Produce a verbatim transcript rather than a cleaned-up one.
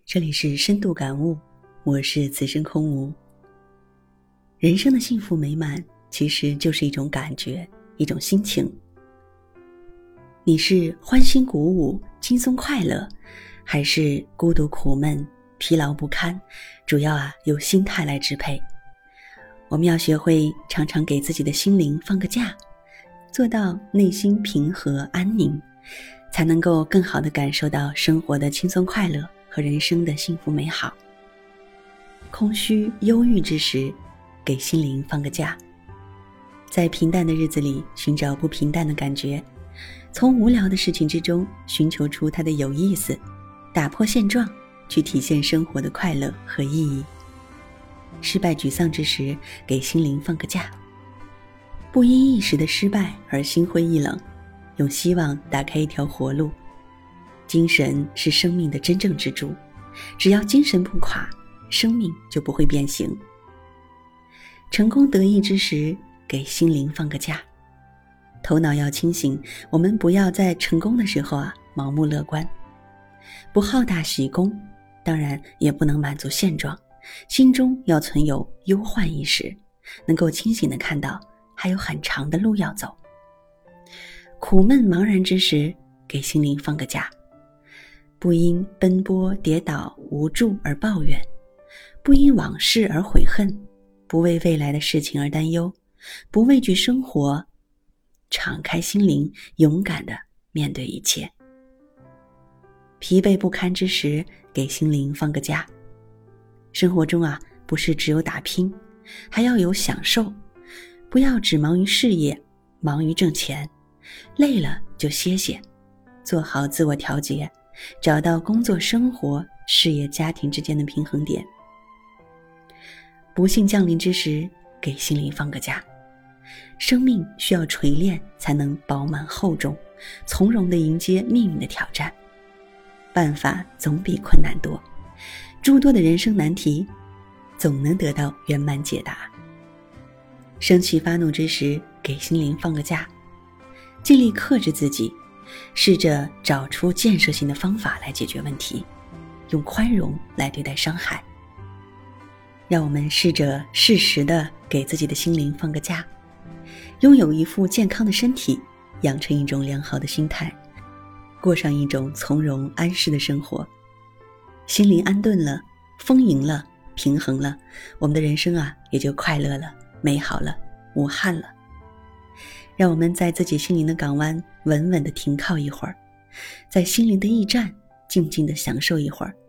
这里是深度感悟，我是此生空无。人生的幸福美满其实就是一种感觉，一种心情。你是欢欣鼓舞、轻松快乐，还是孤独苦闷、疲劳不堪？主要啊由心态来支配。我们要学会常常给自己的心灵放个假，做到内心平和安宁，才能够更好地感受到生活的轻松快乐和人生的幸福美好。空虚忧郁之时，给心灵放个假，在平淡的日子里寻找不平淡的感觉，从无聊的事情之中寻求出它的有意思，打破现状，去体现生活的快乐和意义。失败沮丧之时，给心灵放个假，不因一时的失败而心灰意冷，用希望打开一条活路。精神是生命的真正支柱，只要精神不垮，生命就不会变形。成功得意之时，给心灵放个假，头脑要清醒，我们不要在成功的时候啊盲目乐观，不好大喜功，当然也不能满足现状，心中要存有忧患意识，能够清醒地看到还有很长的路要走。苦闷茫然之时，给心灵放个假，不因奔波跌倒无助而抱怨，不因往事而悔恨，不为未来的事情而担忧，不畏惧生活，敞开心灵，勇敢地面对一切。疲惫不堪之时，给心灵放个假。生活中啊，不是只有打拼，还要有享受，不要只忙于事业，忙于挣钱，累了就歇歇，做好自我调节，找到工作生活、事业家庭之间的平衡点。不幸降临之时，给心灵放个假。生命需要锤炼才能饱满厚重，从容地迎接命运的挑战。办法总比困难多，诸多的人生难题总能得到圆满解答。生气发怒之时，给心灵放个假，尽力克制自己，试着找出建设性的方法来解决问题，用宽容来对待伤害。让我们试着适时的给自己的心灵放个假，拥有一副健康的身体，养成一种良好的心态，过上一种从容安适的生活。心灵安顿了，丰盈了，平衡了，我们的人生啊也就快乐了，美好了，无憾了。让我们在自己心灵的港湾稳稳地停靠一会儿，在心灵的驿站静静地享受一会儿，